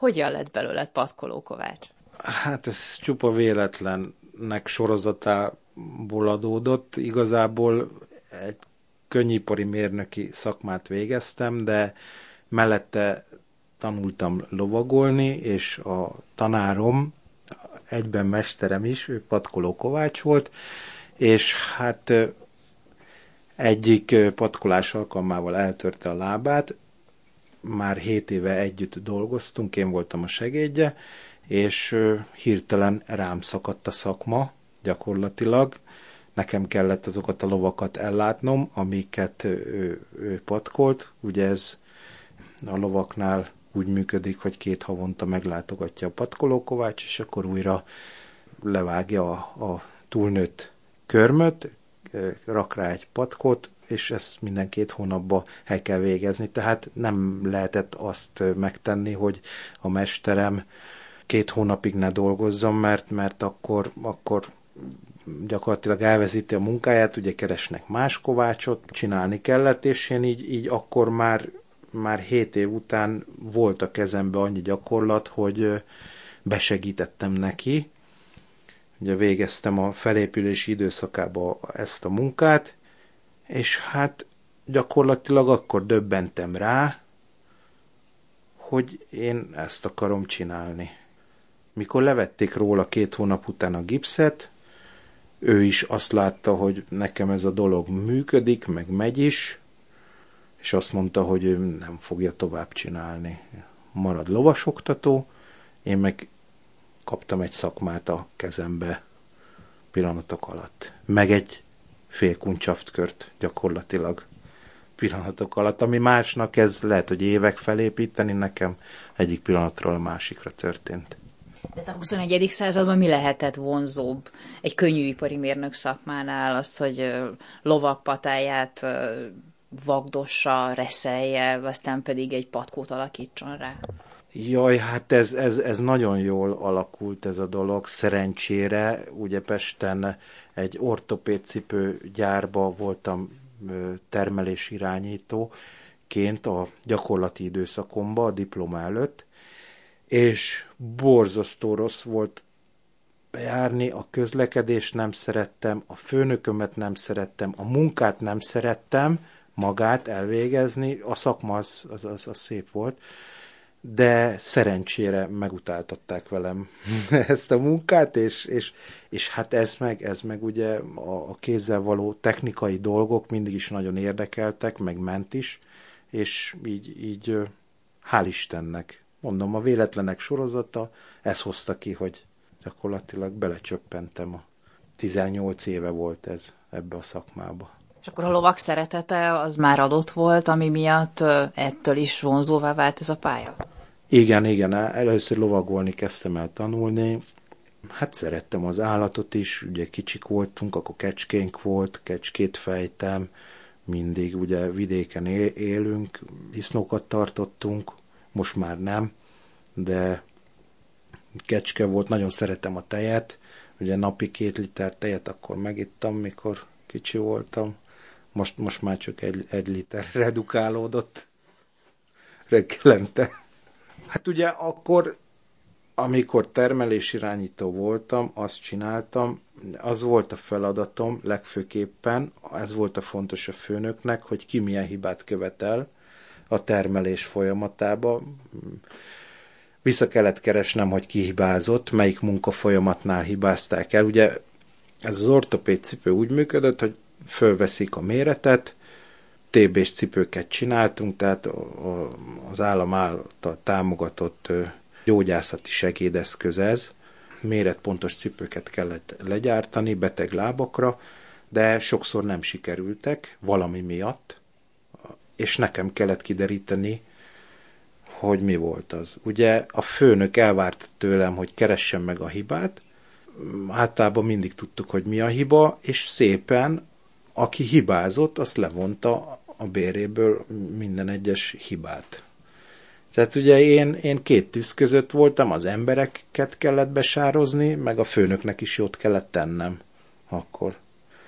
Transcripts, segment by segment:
Hogyan lett belőled Patkoló Kovács? Hát ez csupa véletlennek sorozatából adódott. Igazából egy könnyipari mérnöki szakmát végeztem, de mellette tanultam lovagolni, és a tanárom, egyben mesterem is, ő Patkoló Kovács volt, és hát egyik patkolás alkalmával eltörte a lábát, már 7 éve együtt dolgoztunk, én voltam a segédje, és hirtelen rám szakadt a szakma, gyakorlatilag. Nekem kellett azokat a lovakat ellátnom, amiket ő patkolt. Ugye ez a lovaknál úgy működik, hogy 2 havonta meglátogatja a Patkoló Kovács, és akkor újra levágja a túlnőtt körmöt, rak rá egy patkot, és ezt minden 2 hónapban el kell végezni. Tehát nem lehetett azt megtenni, hogy a mesterem 2 hónapig ne dolgozzon, mert akkor gyakorlatilag elvezíti a munkáját, ugye keresnek más kovácsot, csinálni kellett, és én így akkor már 7 év után volt a kezembe annyi gyakorlat, hogy besegítettem neki. Ugye végeztem a felépülési időszakában ezt a munkát, és hát gyakorlatilag akkor döbbentem rá, hogy én ezt akarom csinálni. Mikor levették róla 2 hónap után a gipszet, ő is azt látta, hogy nekem ez a dolog működik, meg megy is, és azt mondta, hogy ő nem fogja tovább csinálni. Marad lovasoktató, én meg kaptam egy szakmát a kezembe pillanatok alatt. Meg egy fél kuncsaftkört gyakorlatilag pillanatok alatt, ami másnak ez lehet, hogy évek felépíteni, nekem egyik pillanatról a másikra történt. De a 21. században mi lehetett vonzóbb egy könnyűipari mérnök szakmánál? Az, hogy lovak patáját vagdossa, reszelje, aztán pedig egy patkót alakítson rá. Jaj, hát ez nagyon jól alakult ez a dolog, szerencsére. Ugye Pesten egy ortopédcipő gyárba voltam termelésirányítóként a gyakorlati időszakomban, a diploma előtt, és borzasztó rossz volt bejárni, a közlekedést nem szerettem, a főnökömet nem szerettem, a munkát nem szerettem, magát elvégezni, a szakma az szép volt, de szerencsére megutáltatták velem ezt a munkát, és hát ez meg ugye a kézzel való technikai dolgok mindig is nagyon érdekeltek, meg ment is, és így hál' Istennek. Mondom, a véletlenek sorozata, ez hozta ki, hogy gyakorlatilag belecsöppentem. 18 éve volt ez ebbe a szakmába. És akkor a lovak szeretete az már adott volt, ami miatt ettől is vonzóvá vált ez a pálya? Igen, először lovagolni kezdtem el tanulni. Hát szerettem az állatot is, ugye kicsik voltunk, akkor kecskénk volt, kecskét fejtem, mindig ugye vidéken élünk, disznókat tartottunk, most már nem, de kecske volt, nagyon szeretem a tejet, ugye napi 2 liter tejet akkor megittam, mikor kicsi voltam, most már csak 1 liter redukálódott reggelente. Hát ugye akkor, amikor termelésirányító voltam, azt csináltam, az volt a feladatom legfőképpen, ez volt a fontos a főnöknek, hogy ki milyen hibát követel a termelés folyamatába. Vissza kellett keresnem, hogy ki hibázott, melyik munkafolyamatnál hibázták el. Ugye ez az ortopéd cipő úgy működött, hogy fölveszik a méretet, TB-s cipőket csináltunk, tehát az állam által támogatott gyógyászati segédeszköz ez. Méretpontos cipőket kellett legyártani beteg lábakra, de sokszor nem sikerültek valami miatt, és nekem kellett kideríteni, hogy mi volt az. Ugye a főnök elvárt tőlem, hogy keressem meg a hibát, általában mindig tudtuk, hogy mi a hiba, és szépen, aki hibázott, azt levonta a béréből minden egyes hibát. Tehát ugye én 2 tűz között voltam, az embereket kellett besározni, meg a főnöknek is jót kellett tennem akkor.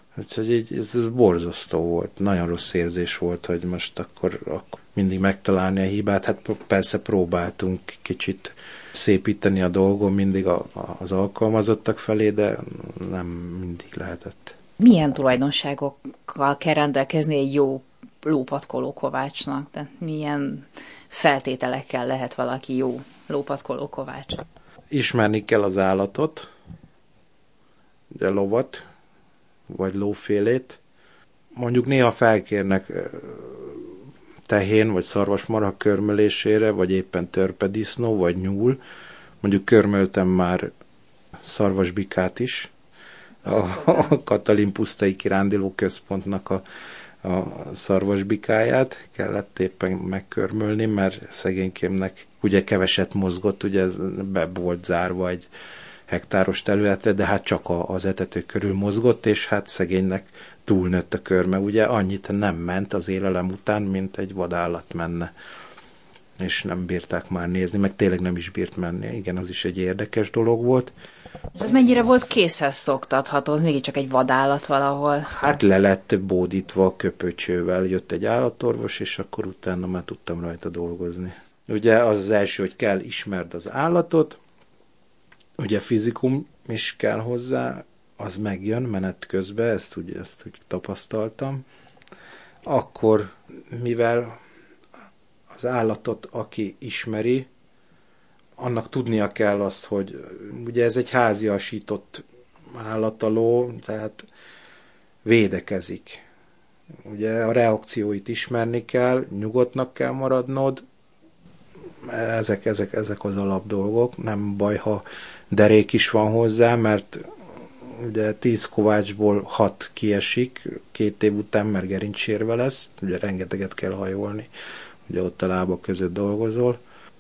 Úgyhogy így, ez borzasztó volt. Nagyon rossz érzés volt, hogy most akkor mindig megtalálni a hibát. Hát persze próbáltunk kicsit szépíteni a dolgon mindig az alkalmazottak felé, de nem mindig lehetett. Milyen tulajdonságokkal kell rendelkezni egy jó lópatkoló kovácsnak? Tehát milyen feltételekkel lehet valaki jó lópatkoló kovács? Ismerni kell az állatot, a lovat, vagy lófélét. Mondjuk néha felkérnek tehén, vagy szarvasmarha körmölésére, vagy éppen törpedisznó, vagy nyúl. Mondjuk körmöltem már szarvasbikát is. A Katalin Pusztai Kiránduló Központnak a szarvasbikáját kellett éppen megkörmölni, mert szegénykémnek ugye keveset mozgott, ugye ez be volt zárva egy hektáros területre, de hát csak az etető körül mozgott, és hát szegénynek túlnőtt a körme. Ugye annyit nem ment az élelem után, mint egy vadállat menne. És nem bírták már nézni, meg tényleg nem is bírt menni. Igen, az is egy érdekes dolog volt. És az mennyire volt készhez szoktatható? Mégiscsak egy vadállat valahol? Hát le lett bódítva köpöcsővel. Jött egy állatorvos, és akkor utána már tudtam rajta dolgozni. Ugye az első, hogy kell ismerd az állatot, ugye fizikum is kell hozzá, az megjön menet közben, ezt úgy tapasztaltam. Akkor, mivel az állatot, aki ismeri, annak tudnia kell azt, hogy ugye ez egy háziasított állataló, tehát védekezik. Ugye a reakcióit ismerni kell, nyugodtnak kell maradnod, ezek az alapdolgok. Nem baj, ha derék is van hozzá, mert ugye 10 kovácsból 6 kiesik 2 év után, mert gerincsérve lesz, ugye rengeteget kell hajolni, ugye ott a lábak között dolgozol.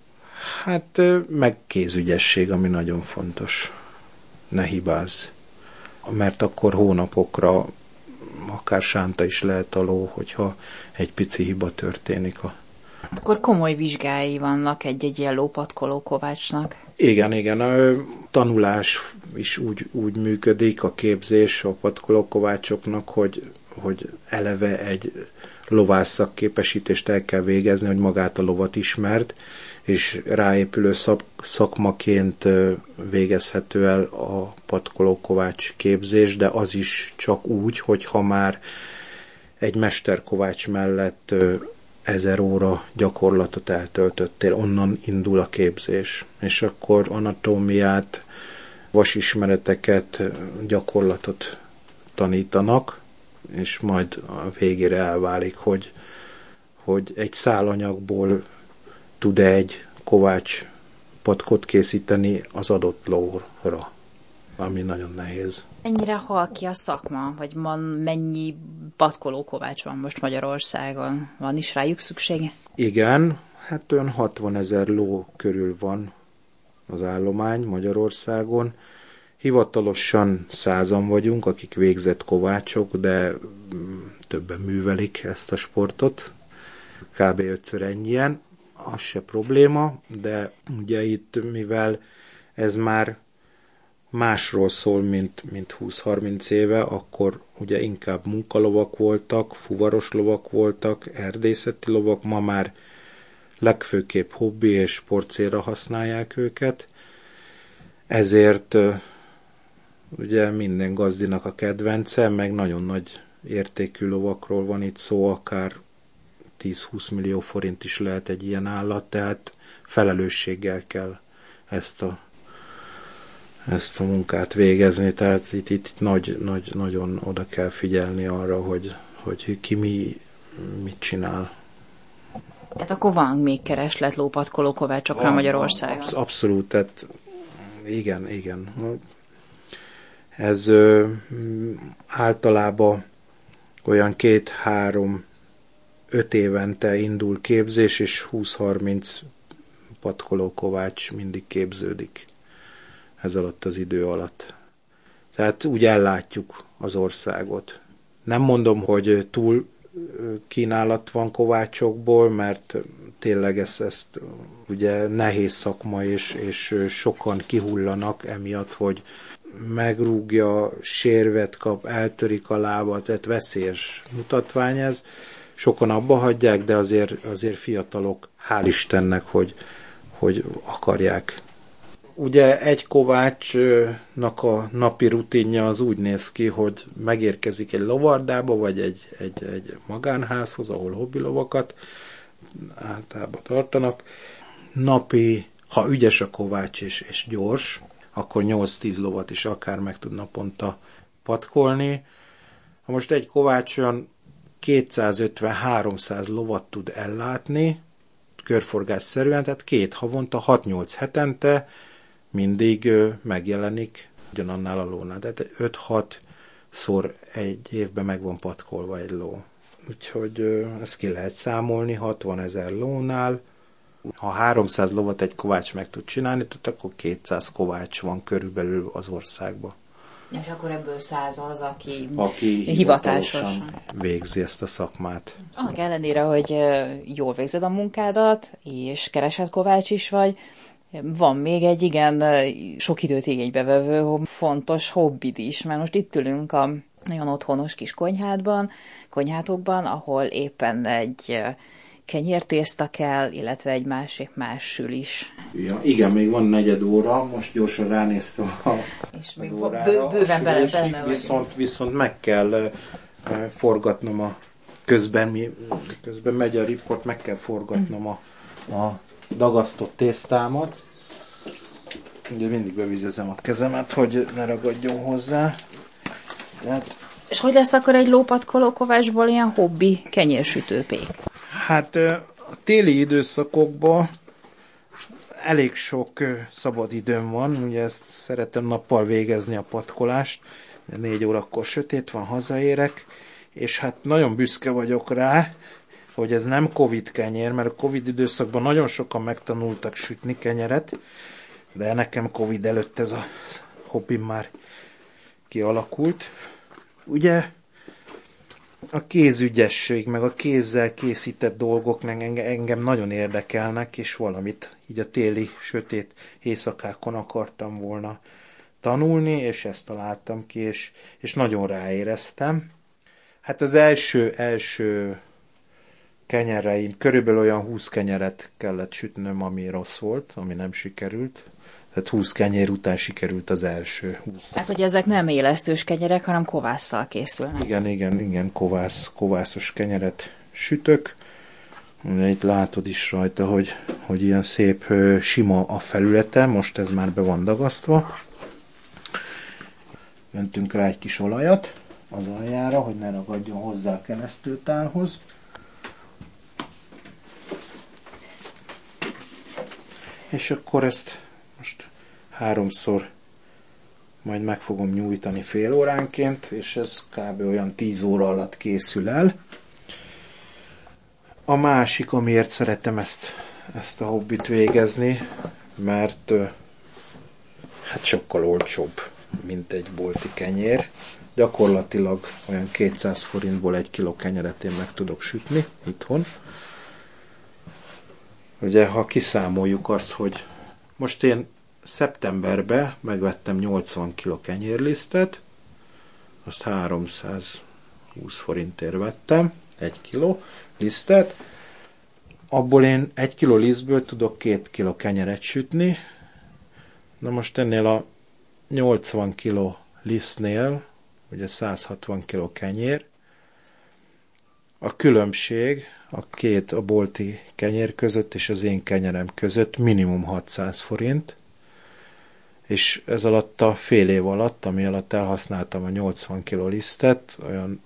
Hát meg kézügyesség, ami nagyon fontos. Ne hibázz. Mert akkor hónapokra akár sánta is lehet a ló, hogyha egy pici hiba történik. Akkor komoly vizsgái vannak egy ilyen lópatkoló kovácsnak. Igen. A tanulás is úgy működik, a képzés a patkoló kovácsoknak, hogy eleve egy lovász szakképesítést el kell végezni, hogy magát a lovat ismerd, és ráépülő szakmaként végezhető el a patkolókovács képzés, de az is csak úgy, hogyha már egy mesterkovács mellett 1000 óra gyakorlatot eltöltöttél, onnan indul a képzés. És akkor anatómiát, vasismereteket, gyakorlatot tanítanak, és majd a végére elválik, hogy egy szálanyagból tud egy kovács patkot készíteni az adott lóra, ami nagyon nehéz. Ennyire hal ki a szakma? Vagy mennyi patkoló kovács van most Magyarországon? Van is rájuk szüksége? Igen, hát olyan 60 000 ló körül van az állomány Magyarországon. Hivatalosan 100-an vagyunk, akik végzett kovácsok, de többen művelik ezt a sportot. Kb. 5-ször ennyien. Az se probléma, de ugye itt, mivel ez már másról szól, mint 20-30 éve, akkor ugye inkább munkalovak voltak, fuvaros lovak voltak, erdészeti lovak, ma már legfőképp hobbi és sportcélra használják őket. Ezért ugye minden gazdinak a kedvence, meg nagyon nagy értékű lovakról van itt szó, akár 10-20 millió forint is lehet egy ilyen állat, tehát felelősséggel kell ezt a munkát végezni, tehát itt nagyon oda kell figyelni arra, hogy ki mit csinál. Tehát akkor van még kereslet lópatkoló kovácsokra Magyarországon? Abszolút, tehát igen. Ez általában olyan 2-3-5 évente indul képzés, és 20-30 patkolókovács mindig képződik ez alatt az idő alatt. Tehát úgy ellátjuk az országot. Nem mondom, hogy túl kínálat van kovácsokból, mert tényleg ezt ugye nehéz szakma, és sokan kihullanak emiatt, hogy megrúgja, sérvet kap, eltörik a lába, tehát veszélyes mutatvány ez. Sokan abba hagyják, de azért fiatalok, hál' Istennek, hogy akarják. Ugye egy kovácsnak a napi rutinja az úgy néz ki, hogy megérkezik egy lovardába, vagy egy magánházhoz, ahol hobbilovakat általában tartanak. Napi, ha ügyes a kovács és gyors, akkor 8-10 lovat is akár meg tud naponta patkolni. Ha most egy kovács olyan 250-300 lovat tud ellátni, körforgásszerűen, tehát 2 havonta, 6-8 hetente mindig megjelenik ugyanannál a lónál. Tehát 5-6-szor egy évben meg van patkolva egy ló. Úgyhogy ezt ki lehet számolni, 60 000 lónál. Ha 300 lovat egy kovács meg tud csinálni, akkor 200 kovács van körülbelül az országban. És akkor ebből 100 az, aki hivatásosan végzi ezt a szakmát. Annak ellenére, hogy jól végzed a munkádat, és keresett kovács is vagy, van még egy igen sok időt igénybe vevő fontos hobbid is, mert most itt ülünk a nagyon otthonos kis konyhátokban, ahol éppen egy kenyértészta kell, illetve egy másik más sül is. Ja, igen, még van 4 óra, most gyorsan ránéztem és még bőven benne viszont meg kell forgatnom közben megy a riport, meg kell forgatnom a dagasztott tésztámat. Ugye mindig bevizezem a kezemet, hogy ne ragadjon hozzá. És hogy lesz akkor egy lópatkoló kovácsból ilyen hobbi kenyérsütőpék? Hát a téli időszakokban elég sok szabad időm van, ugye ezt szeretem nappal végezni a patkolást, 4 órakor sötét van, hazaérek, és hát nagyon büszke vagyok rá, hogy ez nem Covid kenyér, mert a Covid időszakban nagyon sokan megtanultak sütni kenyeret, de nekem Covid előtt ez a hobbim már kialakult. Ugye a kézügyesség, meg a kézzel készített dolgok engem nagyon érdekelnek, és valamit így a téli, sötét éjszakákon akartam volna tanulni, és ezt találtam ki, és nagyon ráéreztem. Hát az első kenyereim, körülbelül olyan 20 kenyeret kellett sütnöm, ami rossz volt, ami nem sikerült. Tehát 20 kenyér után sikerült az első. Hát, hogy ezek nem élesztős kenyerek, hanem kovásszal készülnek. Igen, kovászos kenyeret sütök. Itt látod is rajta, hogy ilyen szép sima a felülete, most ez már be van dagasztva. Öntünk rá egy kis olajat az aljára, hogy ne ragadjon hozzá a keresztőtálhoz. És akkor ezt most 3-szor majd meg fogom nyújtani fél óránként, és ez kb. Olyan 10 óra alatt készül el. A másik, amiért szeretem ezt a hobbit végezni, mert hát sokkal olcsóbb, mint egy bolti kenyér. Gyakorlatilag olyan 200 forintból 1 kiló kenyeret én meg tudok sütni itthon. Ugye, ha kiszámoljuk azt, hogy most én szeptemberben megvettem 80 kg kenyérlisztet, azt 320 forintért vettem, 1 kiló lisztet, abból én 1 kiló lisztből tudok 2 kiló kenyeret sütni. Na most ennél a 80 kiló lisztnél, ugye 160 kiló kenyér, a különbség a bolti kenyér között és az én kenyerem között minimum 600 forint, és ez alatt a fél év alatt, ami alatt elhasználtam a 80 kg lisztet, olyan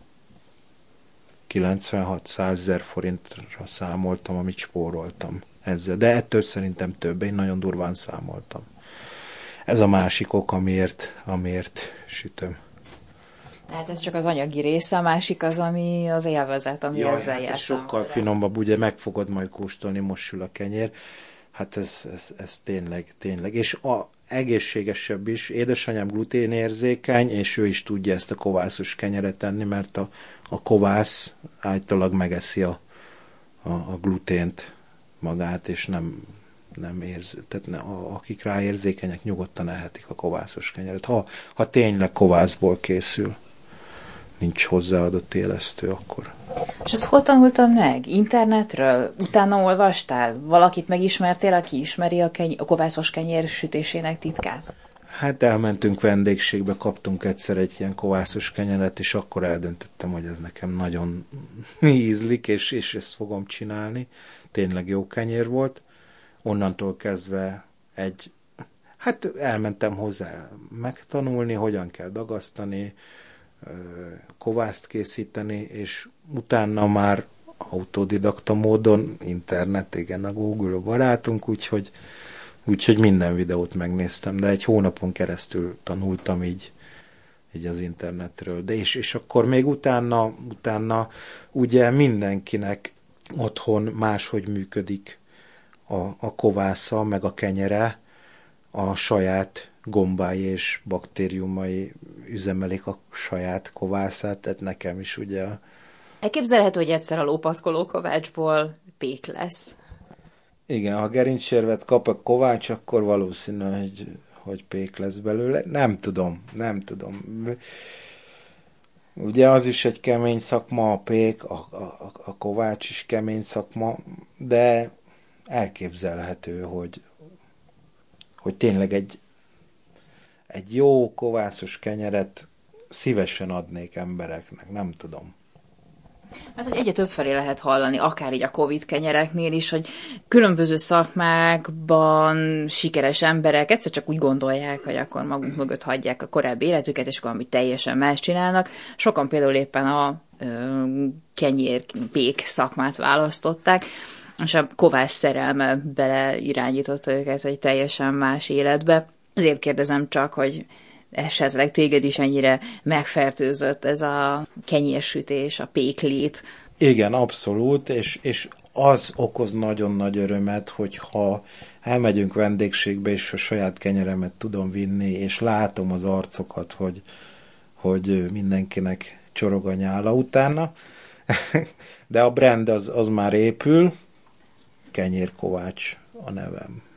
96-100 000 forintra számoltam, amit spóroltam ezzel. De ettől szerintem több, én nagyon durván számoltam. Ez a másik ok, amiért sütöm. Hát ez csak az anyagi része, a másik az, ami az élvezet, ami ezzel jár. Sokkal finomabb, ugye meg fogod majd kóstolni, most sül a kenyér. Hát ez tényleg. És egészségesebb is. Édesanyám gluténérzékeny, és ő is tudja ezt a kovászos kenyeret enni, mert a kovász általában megeszi a glutént magát, és nem tehát akik rá érzékenyek, nyugodtan ehetik a kovászos kenyeret. Ha tényleg kovászból készül, nincs hozzáadott élesztő, akkor. És ezt hol tanultad meg? Internetről? Utána olvastál? Valakit megismertél, aki ismeri a kovászos kenyér sütésének titkát? Hát elmentünk vendégségbe, kaptunk egyszer egy ilyen kovászos kenyeret, és akkor eldöntöttem, hogy ez nekem nagyon ízlik, és ezt fogom csinálni. Tényleg jó kenyér volt. Onnantól kezdve hát elmentem hozzá megtanulni, hogyan kell dagasztani, kovászt készíteni, és utána már autodidakta módon, internet, igen, a Google a barátunk, úgyhogy minden videót megnéztem, de egy hónapon keresztül tanultam így az internetről. De és akkor még utána ugye mindenkinek otthon máshogy működik a kovásza, meg a kenyere, a saját gombái és baktériumai üzemelik a saját kovászát, tehát nekem is ugye Elképzelhető, hogy egyszer a lópatkoló kovácsból pék lesz. Igen, ha gerincsérvet kap a kovács, akkor valószínű, hogy pék lesz belőle. Nem tudom. Ugye az is egy kemény szakma, a pék, a kovács is kemény szakma, de elképzelhető, hogy tényleg egy jó kovászos kenyeret szívesen adnék embereknek, nem tudom. Hát, hogy egyre többfelé lehet hallani, akár így a Covid kenyereknél is, hogy különböző szakmákban sikeres emberek egyszer csak úgy gondolják, hogy akkor magunk mögött hagyják a korábbi életüket, és akkor valami teljesen más csinálnak. Sokan például éppen a kenyér-pék szakmát választották, és a kovász szerelme beleirányította őket, hogy teljesen más életbe. Ezért kérdezem csak, hogy esetleg téged is ennyire megfertőzött ez a kenyérsütés, a péklét. Igen, abszolút, és az okoz nagyon nagy örömet, hogyha elmegyünk vendégségbe, és a saját kenyeremet tudom vinni, és látom az arcokat, hogy mindenkinek csorog a nyála utána. De a brand az már épül, Kenyér Kovács a nevem.